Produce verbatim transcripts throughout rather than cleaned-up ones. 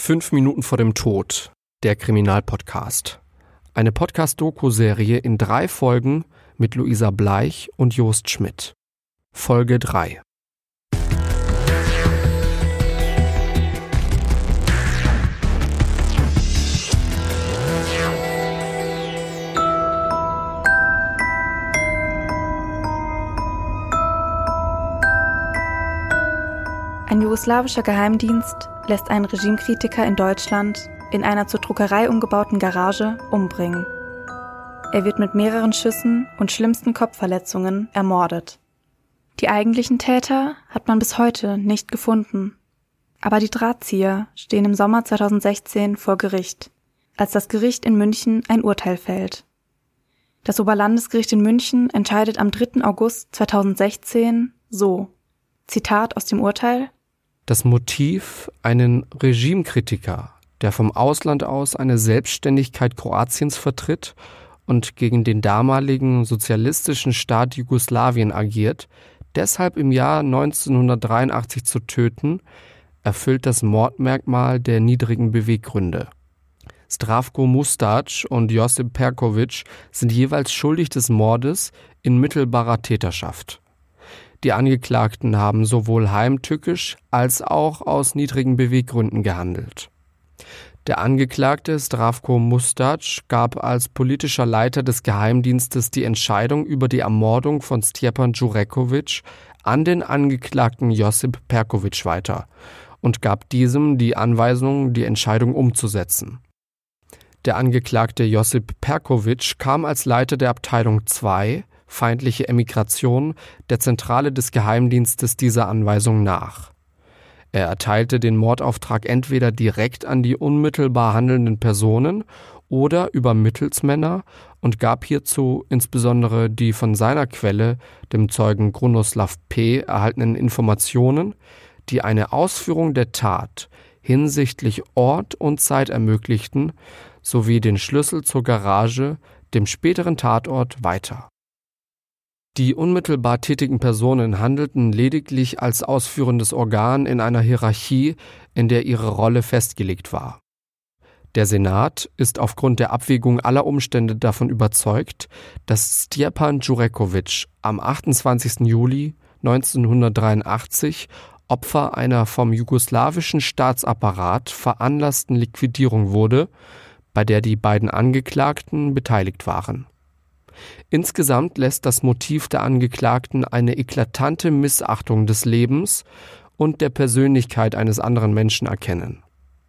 Fünf Minuten vor dem Tod, der Kriminalpodcast. Eine Podcast-Doku-Serie in drei Folgen mit Luisa Bleich und Jost Schmidt. Folge drei. Ein jugoslawischer Geheimdienst lässt einen Regimekritiker in Deutschland in einer zur Druckerei umgebauten Garage umbringen. Er wird mit mehreren Schüssen und schlimmsten Kopfverletzungen ermordet. Die eigentlichen Täter hat man bis heute nicht gefunden. Aber die Drahtzieher stehen im Sommer zweitausendsechzehn vor Gericht, als das Gericht in München ein Urteil fällt. Das Oberlandesgericht in München entscheidet am dritten August zweitausendsechzehn so, Zitat aus dem Urteil: Das Motiv, einen Regimekritiker, der vom Ausland aus eine Selbstständigkeit Kroatiens vertritt und gegen den damaligen sozialistischen Staat Jugoslawien agiert, deshalb im Jahr neunzehnhundertdreiundachtzig zu töten, erfüllt das Mordmerkmal der niedrigen Beweggründe. Zdravko Mustač und Josip Perković sind jeweils schuldig des Mordes in mittelbarer Täterschaft. Die Angeklagten haben sowohl heimtückisch als auch aus niedrigen Beweggründen gehandelt. Der Angeklagte Zdravko Mustač gab als politischer Leiter des Geheimdienstes die Entscheidung über die Ermordung von Stjepan Jureković an den Angeklagten Josip Perković weiter und gab diesem die Anweisung, die Entscheidung umzusetzen. Der Angeklagte Josip Perković kam als Leiter der Abteilung zwei, feindliche Emigration, der Zentrale des Geheimdienstes dieser Anweisung nach. Er erteilte den Mordauftrag entweder direkt an die unmittelbar handelnden Personen oder über Mittelsmänner und gab hierzu insbesondere die von seiner Quelle, dem Zeugen Krunoslav P., erhaltenen Informationen, die eine Ausführung der Tat hinsichtlich Ort und Zeit ermöglichten, sowie den Schlüssel zur Garage, dem späteren Tatort, weiter. Die unmittelbar tätigen Personen handelten lediglich als ausführendes Organ in einer Hierarchie, in der ihre Rolle festgelegt war. Der Senat ist aufgrund der Abwägung aller Umstände davon überzeugt, dass Stjepan Jureković am achtundzwanzigsten Juli neunzehnhundertdreiundachtzig Opfer einer vom jugoslawischen Staatsapparat veranlassten Liquidierung wurde, bei der die beiden Angeklagten beteiligt waren. Insgesamt lässt das Motiv der Angeklagten eine eklatante Missachtung des Lebens und der Persönlichkeit eines anderen Menschen erkennen.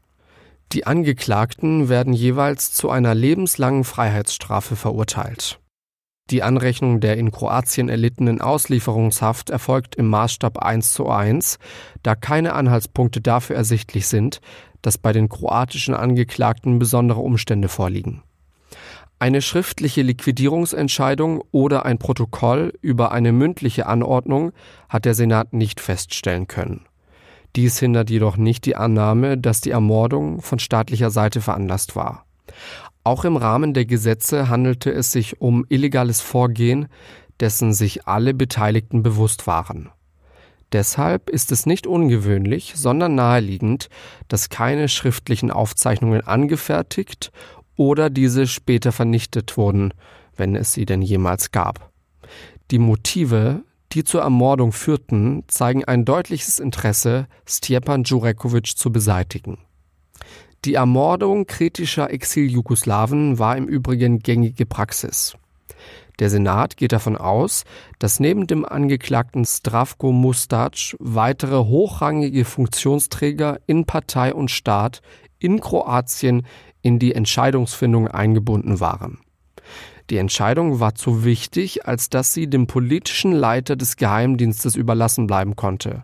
Die Angeklagten werden jeweils zu einer lebenslangen Freiheitsstrafe verurteilt. Die Anrechnung der in Kroatien erlittenen Auslieferungshaft erfolgt im Maßstab eins zu eins, da keine Anhaltspunkte dafür ersichtlich sind, dass bei den kroatischen Angeklagten besondere Umstände vorliegen. Eine schriftliche Liquidierungsentscheidung oder ein Protokoll über eine mündliche Anordnung hat der Senat nicht feststellen können. Dies hindert jedoch nicht die Annahme, dass die Ermordung von staatlicher Seite veranlasst war. Auch im Rahmen der Gesetze handelte es sich um illegales Vorgehen, dessen sich alle Beteiligten bewusst waren. Deshalb ist es nicht ungewöhnlich, sondern naheliegend, dass keine schriftlichen Aufzeichnungen angefertigt oder diese später vernichtet wurden, wenn es sie denn jemals gab. Die Motive, die zur Ermordung führten, zeigen ein deutliches Interesse, Stjepan Jureković zu beseitigen. Die Ermordung kritischer Exil-Jugoslawen war im Übrigen gängige Praxis. Der Senat geht davon aus, dass neben dem Angeklagten Zdravko Mustač weitere hochrangige Funktionsträger in Partei und Staat in Kroatien in die Entscheidungsfindung eingebunden waren. Die Entscheidung war zu wichtig, als dass sie dem politischen Leiter des Geheimdienstes überlassen bleiben konnte.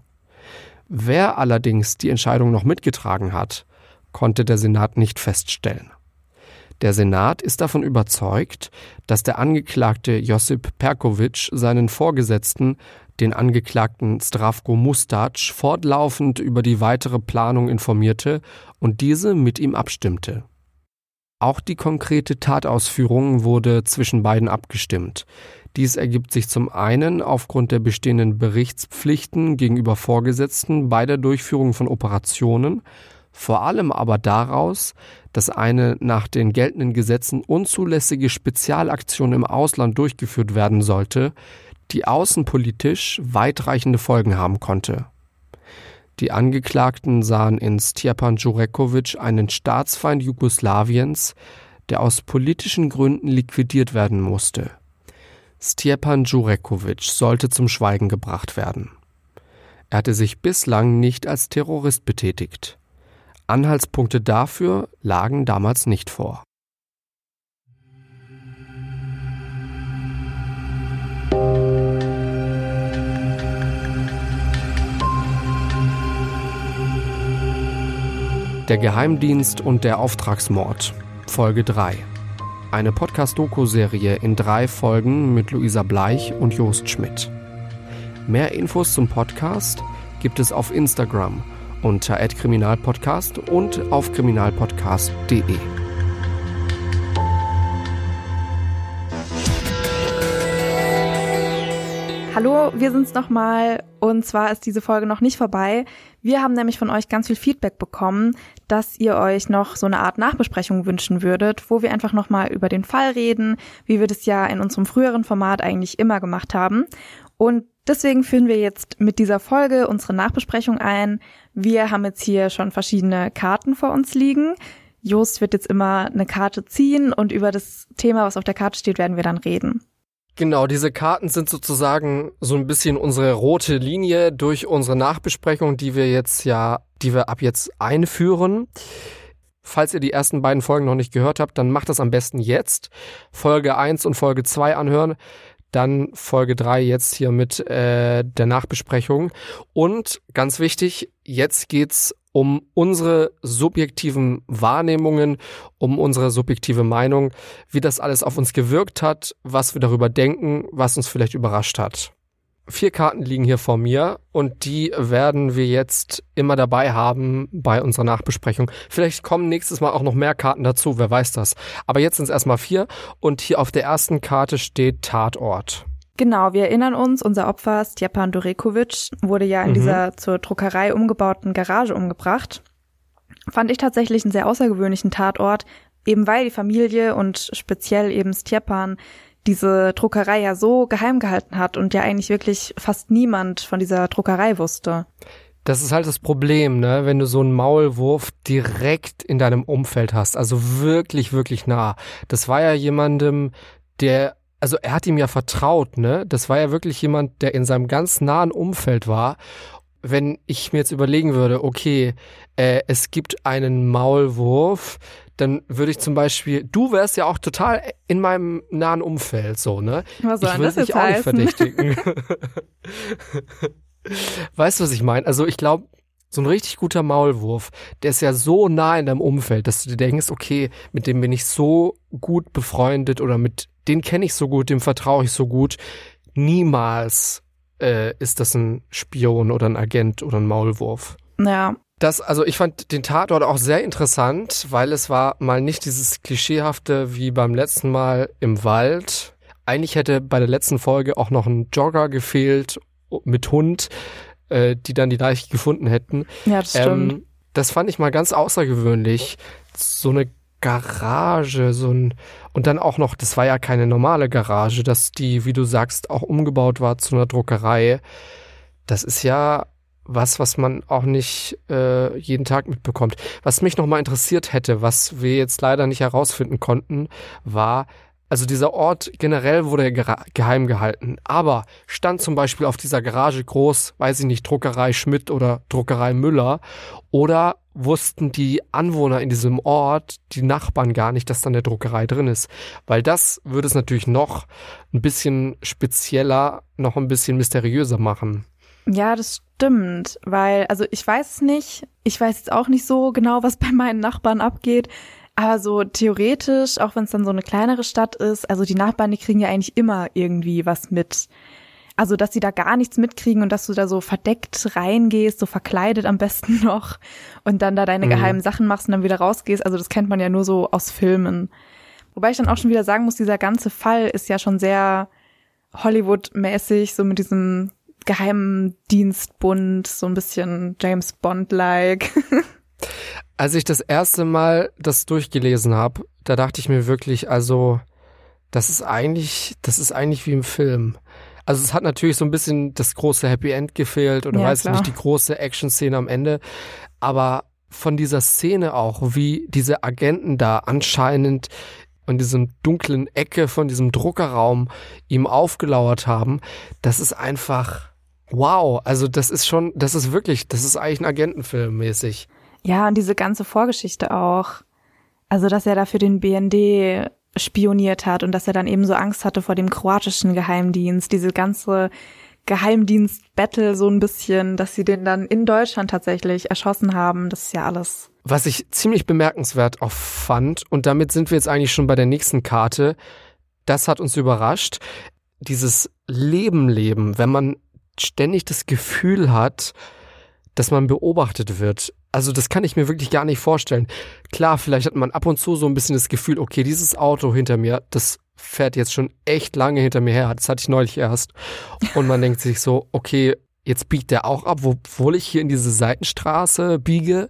Wer allerdings die Entscheidung noch mitgetragen hat, konnte der Senat nicht feststellen. Der Senat ist davon überzeugt, dass der Angeklagte Josip Perković seinen Vorgesetzten, den Angeklagten Zdravko Mustač, fortlaufend über die weitere Planung informierte und diese mit ihm abstimmte. Auch die konkrete Tatausführung wurde zwischen beiden abgestimmt. Dies ergibt sich zum einen aufgrund der bestehenden Berichtspflichten gegenüber Vorgesetzten bei der Durchführung von Operationen, vor allem aber daraus, dass eine nach den geltenden Gesetzen unzulässige Spezialaktion im Ausland durchgeführt werden sollte, die außenpolitisch weitreichende Folgen haben konnte. Die Angeklagten sahen in Stjepan Đureković einen Staatsfeind Jugoslawiens, der aus politischen Gründen liquidiert werden musste. Stjepan Đureković sollte zum Schweigen gebracht werden. Er hatte sich bislang nicht als Terrorist betätigt. Anhaltspunkte dafür lagen damals nicht vor. Der Geheimdienst und der Auftragsmord, Folge drei. Eine Podcast-Doku-Serie in drei Folgen mit Luisa Bleich und Jost Schmidt. Mehr Infos zum Podcast gibt es auf Instagram unter at kriminalpodcast und auf kriminalpodcast punkt de. Hallo, wir sind's nochmal und zwar ist diese Folge noch nicht vorbei. Wir haben nämlich von euch ganz viel Feedback bekommen, dass ihr euch noch so eine Art Nachbesprechung wünschen würdet, wo wir einfach nochmal über den Fall reden, wie wir das ja in unserem früheren Format eigentlich immer gemacht haben. Und deswegen führen wir jetzt mit dieser Folge unsere Nachbesprechung ein. Wir haben jetzt hier schon verschiedene Karten vor uns liegen. Jost wird jetzt immer eine Karte ziehen und über das Thema, was auf der Karte steht, werden wir dann reden. Genau, diese Karten sind sozusagen so ein bisschen unsere rote Linie durch unsere Nachbesprechung, die wir jetzt ja, die wir ab jetzt einführen. Falls ihr die ersten beiden Folgen noch nicht gehört habt, dann macht das am besten jetzt. Folge eins und Folge zwei anhören. Dann Folge drei jetzt hier mit äh, der Nachbesprechung. Und ganz wichtig, jetzt geht's um unsere subjektiven Wahrnehmungen, um unsere subjektive Meinung, wie das alles auf uns gewirkt hat, was wir darüber denken, was uns vielleicht überrascht hat. Vier Karten liegen hier vor mir und die werden wir jetzt immer dabei haben bei unserer Nachbesprechung. Vielleicht kommen nächstes Mal auch noch mehr Karten dazu, wer weiß das. Aber jetzt sind es erstmal vier und hier auf der ersten Karte steht Tatort. Genau, wir erinnern uns, unser Opfer Stjepan Đureković wurde ja in mhm. dieser zur Druckerei umgebauten Garage umgebracht. Fand ich tatsächlich einen sehr außergewöhnlichen Tatort, eben weil die Familie und speziell eben Stjepan diese Druckerei ja so geheim gehalten hat und ja eigentlich wirklich fast niemand von dieser Druckerei wusste. Das ist halt das Problem, ne, wenn du so einen Maulwurf direkt in deinem Umfeld hast, also wirklich, wirklich nah. Das war ja jemandem, der Also er hat ihm ja vertraut, ne? Das war ja wirklich jemand, der in seinem ganz nahen Umfeld war. Wenn ich mir jetzt überlegen würde, okay, äh, es gibt einen Maulwurf, dann würde ich zum Beispiel, du wärst ja auch total in meinem nahen Umfeld, so, ne? Was soll ich will dich auch heißen? nicht verdächtigen. Weißt du, was ich meine? Also ich glaube, so ein richtig guter Maulwurf, der ist ja so nah in deinem Umfeld, dass du dir denkst, okay, mit dem bin ich so gut befreundet oder mit den kenne ich so gut, dem vertraue ich so gut. Niemals äh, ist das ein Spion oder ein Agent oder ein Maulwurf. Ja. Das, also ich fand den Tatort auch sehr interessant, weil es war mal nicht dieses Klischeehafte wie beim letzten Mal im Wald. Eigentlich hätte bei der letzten Folge auch noch ein Jogger gefehlt mit Hund, äh, die dann die Leiche gefunden hätten. Ja, das stimmt. Ähm, das fand ich mal ganz außergewöhnlich. So eine Garage, so ein, und dann auch noch, das war ja keine normale Garage, dass die, wie du sagst, auch umgebaut war zu einer Druckerei. Das ist ja was, was man auch nicht äh, jeden Tag mitbekommt. Was mich nochmal interessiert hätte, was wir jetzt leider nicht herausfinden konnten, war, also dieser Ort generell wurde ja geheim gehalten, aber stand zum Beispiel auf dieser Garage groß, weiß ich nicht, Druckerei Schmidt oder Druckerei Müller, oder wussten die Anwohner in diesem Ort, die Nachbarn gar nicht, dass da eine Druckerei drin ist. Weil das würde es natürlich noch ein bisschen spezieller, noch ein bisschen mysteriöser machen. Ja, das stimmt, weil, also ich weiß es nicht, ich weiß jetzt auch nicht so genau, was bei meinen Nachbarn abgeht, aber so theoretisch, auch wenn es dann so eine kleinere Stadt ist, also die Nachbarn, die kriegen ja eigentlich immer irgendwie was mit. Also, dass sie da gar nichts mitkriegen und dass du da so verdeckt reingehst, so verkleidet am besten noch und dann da deine mhm. geheimen Sachen machst und dann wieder rausgehst. Also das kennt man ja nur so aus Filmen. Wobei ich dann auch schon wieder sagen muss, dieser ganze Fall ist ja schon sehr Hollywood-mäßig, so mit diesem Geheimdienstbund, so ein bisschen James Bond-like. Als ich das erste Mal das durchgelesen habe, da dachte ich mir wirklich, also das ist eigentlich, das ist eigentlich wie im Film. Also es hat natürlich so ein bisschen das große Happy End gefehlt oder Ja, weiß ich klar. nicht, die große Action-Szene am Ende. Aber von dieser Szene auch, wie diese Agenten da anscheinend in diesem dunklen Ecke von diesem Druckerraum ihm aufgelauert haben, das ist einfach wow. Also das ist schon, das ist wirklich, das ist eigentlich ein Agentenfilm mäßig. Ja, und diese ganze Vorgeschichte auch. Also, dass er da für den B N D spioniert hat und dass er dann eben so Angst hatte vor dem kroatischen Geheimdienst. Diese ganze Geheimdienst-Battle so ein bisschen, dass sie den dann in Deutschland tatsächlich erschossen haben. Das ist ja alles. Was ich ziemlich bemerkenswert auch fand, und damit sind wir jetzt eigentlich schon bei der nächsten Karte, das hat uns überrascht, dieses Leben leben, wenn man ständig das Gefühl hat, dass man beobachtet wird. Also das kann ich mir wirklich gar nicht vorstellen. Klar, vielleicht hat man ab und zu so ein bisschen das Gefühl, okay, dieses Auto hinter mir, das fährt jetzt schon echt lange hinter mir her. Das hatte ich neulich erst. Und man denkt sich so, okay, jetzt biegt der auch ab, obwohl ich hier in diese Seitenstraße biege.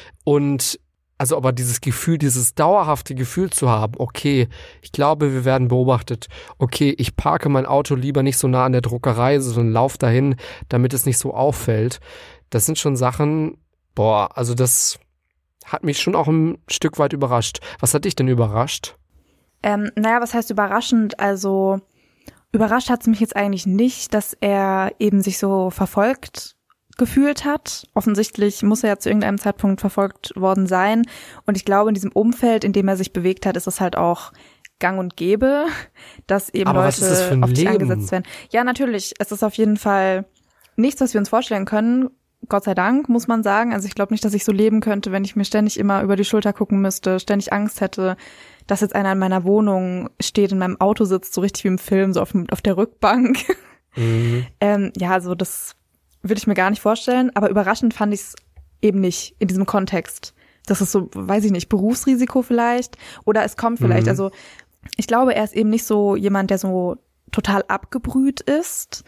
Und also aber dieses Gefühl, dieses dauerhafte Gefühl zu haben, okay, ich glaube, wir werden beobachtet. Okay, ich parke mein Auto lieber nicht so nah an der Druckerei, sondern lauf dahin, damit es nicht so auffällt. Das sind schon Sachen, boah, also das hat mich schon auch ein Stück weit überrascht. Was hat dich denn überrascht? Ähm, naja, was heißt überraschend? Also überrascht hat es mich jetzt eigentlich nicht, dass er eben sich so verfolgt gefühlt hat. Offensichtlich muss er ja zu irgendeinem Zeitpunkt verfolgt worden sein. Und ich glaube, in diesem Umfeld, in dem er sich bewegt hat, ist es halt auch gang und gäbe, dass eben Aber Leute was ist das für ein auf dich Leben? angesetzt werden. Ja, natürlich. Es ist auf jeden Fall nichts, was wir uns vorstellen können. Gott sei Dank, muss man sagen. Also ich glaube nicht, dass ich so leben könnte, wenn ich mir ständig immer über die Schulter gucken müsste, ständig Angst hätte, dass jetzt einer in meiner Wohnung steht, in meinem Auto sitzt, so richtig wie im Film, so auf, auf der Rückbank. Mhm. ähm, ja, also das würde ich mir gar nicht vorstellen. Aber überraschend fand ich es eben nicht in diesem Kontext. Das ist so, weiß ich nicht, Berufsrisiko vielleicht. Oder es kommt vielleicht. Mhm. Also ich glaube, er ist eben nicht so jemand, der so total abgebrüht ist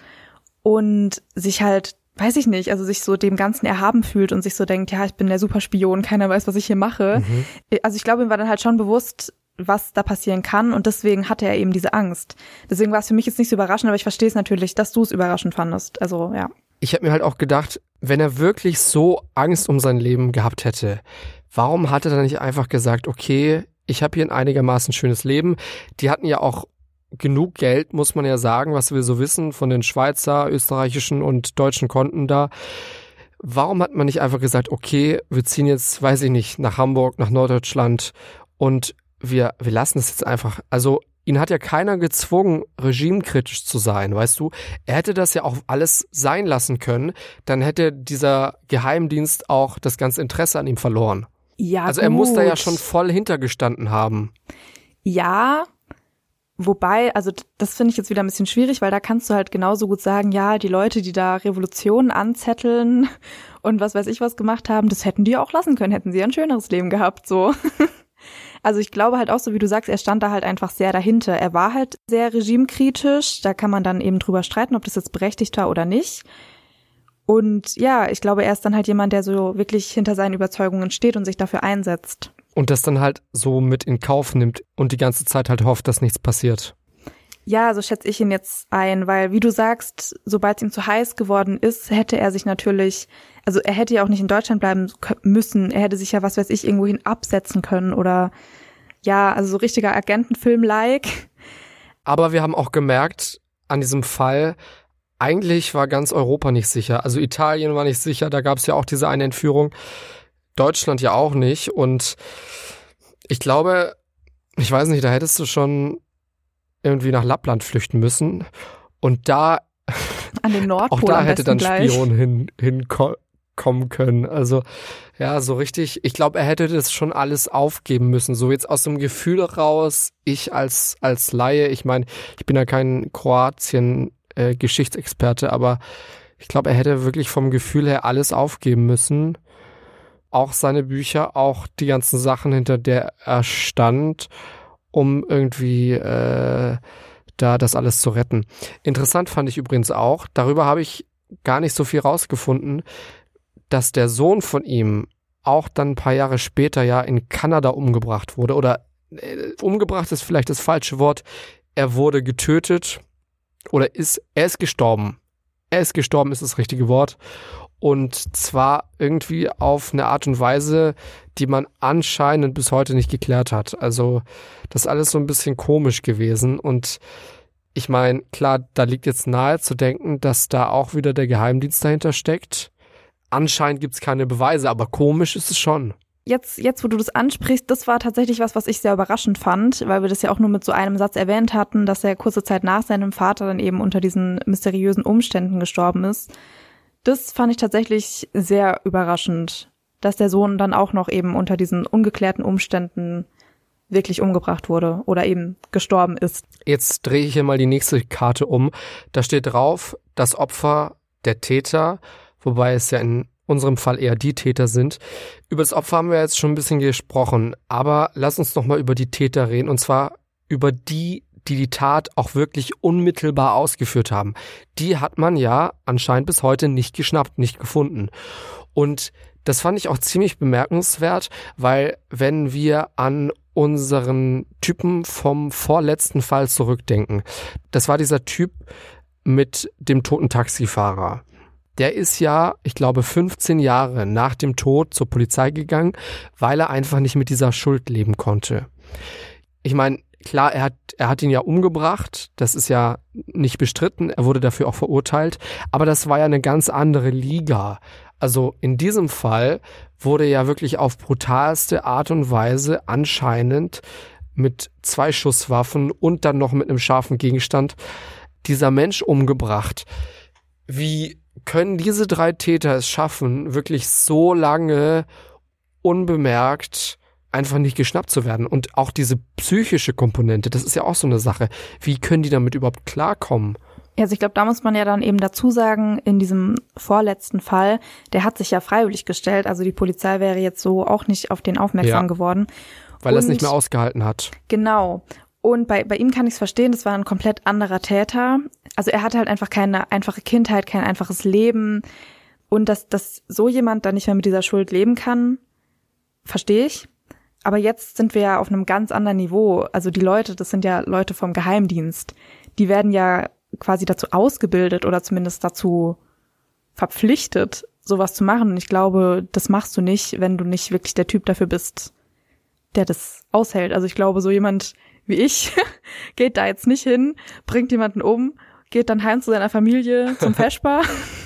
und sich halt, weiß ich nicht, also sich so dem Ganzen erhaben fühlt und sich so denkt, ja, ich bin der Superspion, keiner weiß, was ich hier mache. Mhm. Also ich glaube, ihm war dann halt schon bewusst, was da passieren kann und deswegen hatte er eben diese Angst. Deswegen war es für mich jetzt nicht so überraschend, aber ich verstehe es natürlich, dass du es überraschend fandest. Also ja. Ich habe mir halt auch gedacht, wenn er wirklich so Angst um sein Leben gehabt hätte, warum hat er dann nicht einfach gesagt, okay, ich habe hier ein einigermaßen schönes Leben. Die hatten ja auch genug Geld, muss man ja sagen, was wir so wissen von den Schweizer, österreichischen und deutschen Konten da. Warum hat man nicht einfach gesagt, okay, wir ziehen jetzt, weiß ich nicht, nach Hamburg, nach Norddeutschland und wir, wir lassen es jetzt einfach. Also ihn hat ja keiner gezwungen, regimekritisch zu sein, weißt du? Er hätte das ja auch alles sein lassen können, dann hätte dieser Geheimdienst auch das ganze Interesse an ihm verloren. Ja, also gut. er muss da ja schon voll hintergestanden haben. Ja, wobei, also das finde ich jetzt wieder ein bisschen schwierig, weil da kannst du halt genauso gut sagen, ja, die Leute, die da Revolutionen anzetteln und was weiß ich was gemacht haben, das hätten die auch lassen können, hätten sie ein schöneres Leben gehabt, so. Also ich glaube halt auch so, wie du sagst, er stand da halt einfach sehr dahinter. Er war halt sehr regimekritisch, da kann man dann eben drüber streiten, ob das jetzt berechtigt war oder nicht. Und ja, ich glaube, er ist dann halt jemand, der so wirklich hinter seinen Überzeugungen steht und sich dafür einsetzt. Und das dann halt so mit in Kauf nimmt und die ganze Zeit halt hofft, dass nichts passiert. Ja, so schätze ich ihn jetzt ein, weil wie du sagst, sobald es ihm zu heiß geworden ist, hätte er sich natürlich, also er hätte ja auch nicht in Deutschland bleiben müssen, er hätte sich ja, was weiß ich, irgendwohin absetzen können oder ja, also so richtiger Agentenfilm-like. Aber wir haben auch gemerkt, an diesem Fall, eigentlich war ganz Europa nicht sicher. Also Italien war nicht sicher, da gab es ja auch diese eine Entführung. Deutschland ja auch nicht. Und ich glaube, ich weiß nicht, da hättest du schon irgendwie nach Lappland flüchten müssen. Und da, an den Nordpol auch da am hätte besten dann gleich. Spion hin, hinkommen können. Also ja, so richtig, ich glaube, er hätte das schon alles aufgeben müssen. So jetzt aus dem Gefühl raus, ich als, als Laie, ich meine, ich bin ja kein Kroatien-Geschichtsexperte, aber ich glaube, er hätte wirklich vom Gefühl her alles aufgeben müssen. Auch seine Bücher, auch die ganzen Sachen, hinter der er stand, um irgendwie äh, da das alles zu retten. Interessant fand ich übrigens auch, darüber habe ich gar nicht so viel rausgefunden, dass der Sohn von ihm auch dann ein paar Jahre später ja in Kanada umgebracht wurde. Oder äh, umgebracht ist vielleicht das falsche Wort. Er wurde getötet oder ist, er ist gestorben. Er ist gestorben, ist das richtige Wort. Und zwar irgendwie auf eine Art und Weise, die man anscheinend bis heute nicht geklärt hat. Also das ist alles so ein bisschen komisch gewesen. Und ich meine, klar, da liegt jetzt nahe zu denken, dass da auch wieder der Geheimdienst dahinter steckt. Anscheinend gibt es keine Beweise, aber komisch ist es schon. Jetzt, jetzt, wo du das ansprichst, das war tatsächlich was, was ich sehr überraschend fand, weil wir das ja auch nur mit so einem Satz erwähnt hatten, dass er kurze Zeit nach seinem Vater dann eben unter diesen mysteriösen Umständen gestorben ist. Das fand ich tatsächlich sehr überraschend, dass der Sohn dann auch noch eben unter diesen ungeklärten Umständen wirklich umgebracht wurde oder eben gestorben ist. Jetzt drehe ich hier mal die nächste Karte um. Da steht drauf, das Opfer, der Täter, wobei es ja in unserem Fall eher die Täter sind. Über das Opfer haben wir jetzt schon ein bisschen gesprochen, aber lass uns noch mal über die Täter reden, und zwar über die, die die Tat auch wirklich unmittelbar ausgeführt haben. Die hat man ja anscheinend bis heute nicht geschnappt, nicht gefunden. Und das fand ich auch ziemlich bemerkenswert, weil wenn wir an unseren Typen vom vorletzten Fall zurückdenken, das war dieser Typ mit dem toten Taxifahrer. Der ist ja, ich glaube, fünfzehn Jahre nach dem Tod zur Polizei gegangen, weil er einfach nicht mit dieser Schuld leben konnte. Ich meine, klar, er hat, er hat ihn ja umgebracht, das ist ja nicht bestritten, er wurde dafür auch verurteilt, aber das war ja eine ganz andere Liga. Also in diesem Fall wurde ja wirklich auf brutalste Art und Weise anscheinend mit zwei Schusswaffen und dann noch mit einem scharfen Gegenstand dieser Mensch umgebracht. Wie können diese drei Täter es schaffen, wirklich so lange unbemerkt einfach nicht geschnappt zu werden? Und auch diese psychische Komponente, das ist ja auch so eine Sache. Wie können die damit überhaupt klarkommen? Also ich glaube, da muss man ja dann eben dazu sagen, in diesem vorletzten Fall, der hat sich ja freiwillig gestellt. Also die Polizei wäre jetzt so auch nicht auf den aufmerksam ja, geworden. Weil er es nicht mehr ausgehalten hat. Genau. Und bei, bei ihm kann ich es verstehen, das war ein komplett anderer Täter. Also er hatte halt einfach keine einfache Kindheit, kein einfaches Leben. Und dass, dass so jemand dann nicht mehr mit dieser Schuld leben kann, verstehe ich. Aber jetzt sind wir ja auf einem ganz anderen Niveau. Also die Leute, das sind ja Leute vom Geheimdienst. Die werden ja quasi dazu ausgebildet oder zumindest dazu verpflichtet, sowas zu machen. Und ich glaube, das machst du nicht, wenn du nicht wirklich der Typ dafür bist, der das aushält. Also ich glaube, so jemand wie ich geht da jetzt nicht hin, bringt jemanden um, geht dann heim zu seiner Familie zum Vesper.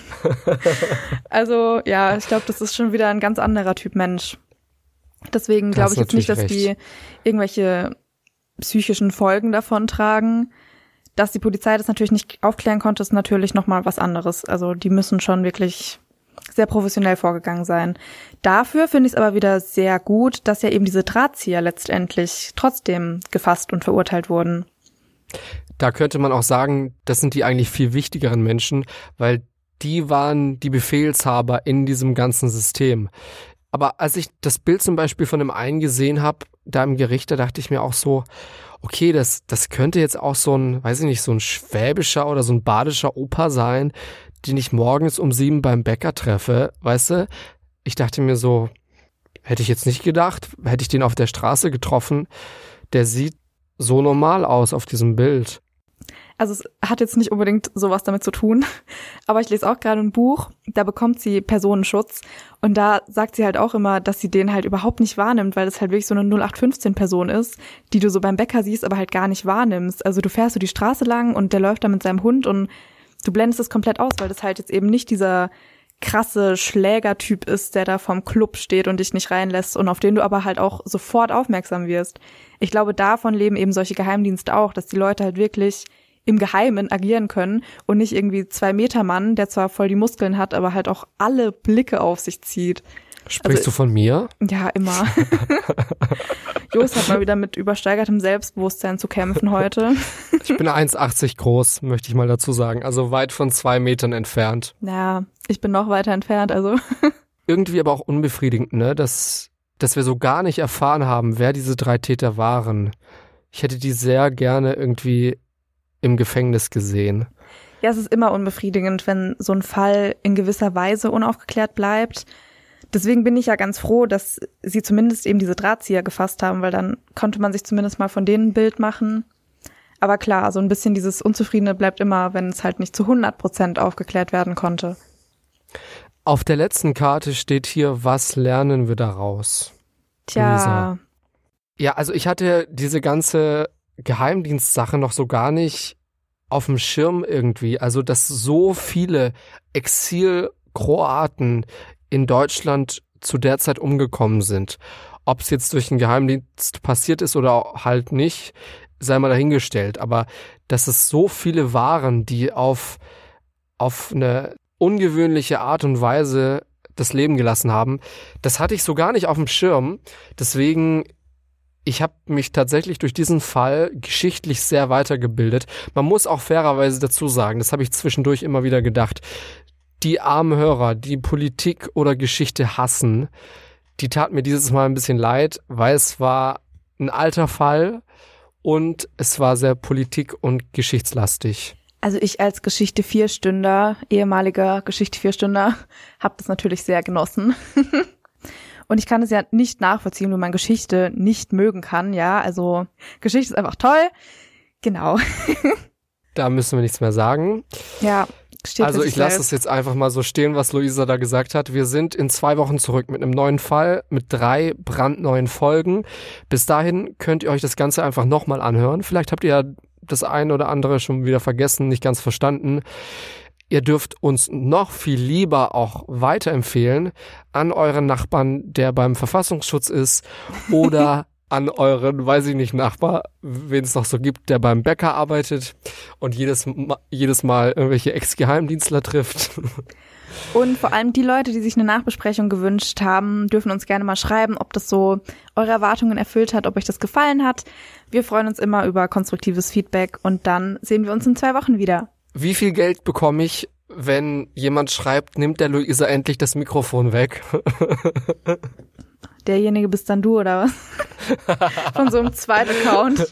Also ja, ich glaube, das ist schon wieder ein ganz anderer Typ Mensch. Deswegen glaube ich jetzt nicht, dass recht. die irgendwelche psychischen Folgen davon tragen. Dass die Polizei das natürlich nicht aufklären konnte, ist natürlich nochmal was anderes. Also die müssen schon wirklich sehr professionell vorgegangen sein. Dafür finde ich es aber wieder sehr gut, dass ja eben diese Drahtzieher letztendlich trotzdem gefasst und verurteilt wurden. Da könnte man auch sagen, das sind die eigentlich viel wichtigeren Menschen, weil die waren die Befehlshaber in diesem ganzen System. Aber als ich das Bild zum Beispiel von dem einen gesehen habe, da im Gericht, da dachte ich mir auch so, okay, das, das könnte jetzt auch so ein, weiß ich nicht, so ein schwäbischer oder so ein badischer Opa sein, den ich morgens um sieben beim Bäcker treffe, weißt du? Ich dachte mir so, hätte ich jetzt nicht gedacht, hätte ich den auf der Straße getroffen, der sieht so normal aus auf diesem Bild. Also es hat jetzt nicht unbedingt sowas damit zu tun, aber ich lese auch gerade ein Buch, da bekommt sie Personenschutz und da sagt sie halt auch immer, dass sie den halt überhaupt nicht wahrnimmt, weil das halt wirklich so eine null acht fünfzehn Person ist, die du so beim Bäcker siehst, aber halt gar nicht wahrnimmst. Also du fährst so die Straße lang und der läuft da mit seinem Hund und du blendest es komplett aus, weil das halt jetzt eben nicht dieser krasse Schlägertyp ist, der da vorm Club steht und dich nicht reinlässt und auf den du aber halt auch sofort aufmerksam wirst. Ich glaube, davon leben eben solche Geheimdienste auch, dass die Leute halt wirklich im Geheimen agieren können und nicht irgendwie zwei Meter Mann, der zwar voll die Muskeln hat, aber halt auch alle Blicke auf sich zieht. Sprichst also, du von mir? Ja, immer. Jos hat mal wieder mit übersteigertem Selbstbewusstsein zu kämpfen heute. Ich bin eins achtzig groß, möchte ich mal dazu sagen. Also weit von zwei Metern entfernt. Ja, ich bin noch weiter entfernt, also. Irgendwie aber auch unbefriedigend, ne, dass, dass wir so gar nicht erfahren haben, wer diese drei Täter waren. Ich hätte die sehr gerne irgendwie im Gefängnis gesehen. Ja, es ist immer unbefriedigend, wenn so ein Fall in gewisser Weise unaufgeklärt bleibt. Deswegen bin ich ja ganz froh, dass sie zumindest eben diese Drahtzieher gefasst haben, weil dann konnte man sich zumindest mal von denen ein Bild machen. Aber klar, so ein bisschen dieses Unzufriedene bleibt immer, wenn es halt nicht zu hundert Prozent aufgeklärt werden konnte. Auf der letzten Karte steht hier, was lernen wir daraus? Tja. Luisa. Ja, also ich hatte diese ganze Geheimdienstsache noch so gar nicht auf dem Schirm irgendwie. Also, dass so viele Exil-Kroaten in Deutschland zu der Zeit umgekommen sind. Ob es jetzt durch den Geheimdienst passiert ist oder halt nicht, sei mal dahingestellt. Aber dass es so viele waren, die auf, auf eine ungewöhnliche Art und Weise das Leben gelassen haben, das hatte ich so gar nicht auf dem Schirm. Deswegen, ich habe mich tatsächlich durch diesen Fall geschichtlich sehr weitergebildet. Man muss auch fairerweise dazu sagen, das habe ich zwischendurch immer wieder gedacht, die armen Hörer, die Politik oder Geschichte hassen, die taten mir dieses Mal ein bisschen leid, weil es war ein alter Fall und es war sehr politik- und geschichtslastig. Also ich als Geschichte-Vierstünder, ehemaliger Geschichte-Vierstünder, habe das natürlich sehr genossen. Und ich kann es ja nicht nachvollziehen, wie man Geschichte nicht mögen kann, ja. Also Geschichte ist einfach toll. Genau. Da müssen wir nichts mehr sagen. Ja, steht Also ich lasse es jetzt einfach mal so stehen, was Luisa da gesagt hat. Wir sind in zwei Wochen zurück mit einem neuen Fall, mit drei brandneuen Folgen. Bis dahin könnt ihr euch das Ganze einfach nochmal anhören. Vielleicht habt ihr ja das eine oder andere schon wieder vergessen, nicht ganz verstanden. Ihr dürft uns noch viel lieber auch weiterempfehlen an euren Nachbarn, der beim Verfassungsschutz ist, oder an euren, weiß ich nicht, Nachbar, wen es noch so gibt, der beim Bäcker arbeitet und jedes Mal, jedes Mal irgendwelche Ex-Geheimdienstler trifft. Und vor allem die Leute, die sich eine Nachbesprechung gewünscht haben, dürfen uns gerne mal schreiben, ob das so eure Erwartungen erfüllt hat, ob euch das gefallen hat. Wir freuen uns immer über konstruktives Feedback und dann sehen wir uns in zwei Wochen wieder. Wie viel Geld bekomme ich, wenn jemand schreibt, nimmt der Luisa endlich das Mikrofon weg? Derjenige bist dann du, oder was? Von so einem Zweit-Account.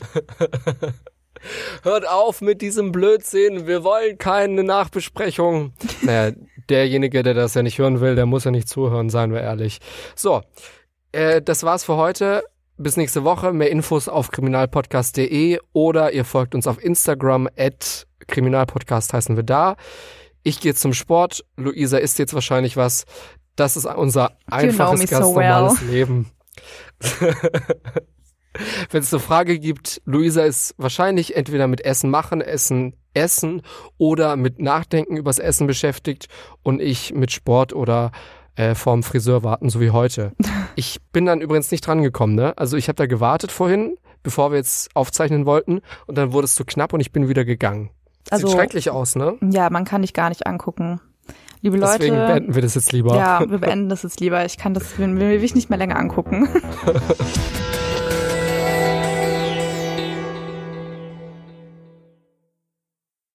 Hört auf mit diesem Blödsinn, wir wollen keine Nachbesprechung. Naja, derjenige, der das ja nicht hören will, der muss ja nicht zuhören, seien wir ehrlich. So, äh, das war's für heute. Bis nächste Woche. Mehr Infos auf kriminalpodcast punkt de oder ihr folgt uns auf Instagram at kriminalpodcast heißen wir da. Ich gehe zum Sport. Luisa isst jetzt wahrscheinlich was. Das ist unser einfaches, you know ganz so normales well. Leben. Wenn es eine Frage gibt, Luisa ist wahrscheinlich entweder mit Essen machen, Essen essen oder mit Nachdenken übers Essen beschäftigt und ich mit Sport oder äh, vorm Friseur warten, so wie heute. Ich bin dann übrigens nicht dran gekommen, ne? Also ich habe da gewartet vorhin, bevor wir jetzt aufzeichnen wollten und dann wurde es zu knapp und ich bin wieder gegangen. Also, sieht schrecklich aus, ne? Ja, man kann dich gar nicht angucken. Liebe Leute. Deswegen beenden wir das jetzt lieber. Ja, wir beenden das jetzt lieber. Ich kann das, will, will ich nicht mehr länger angucken.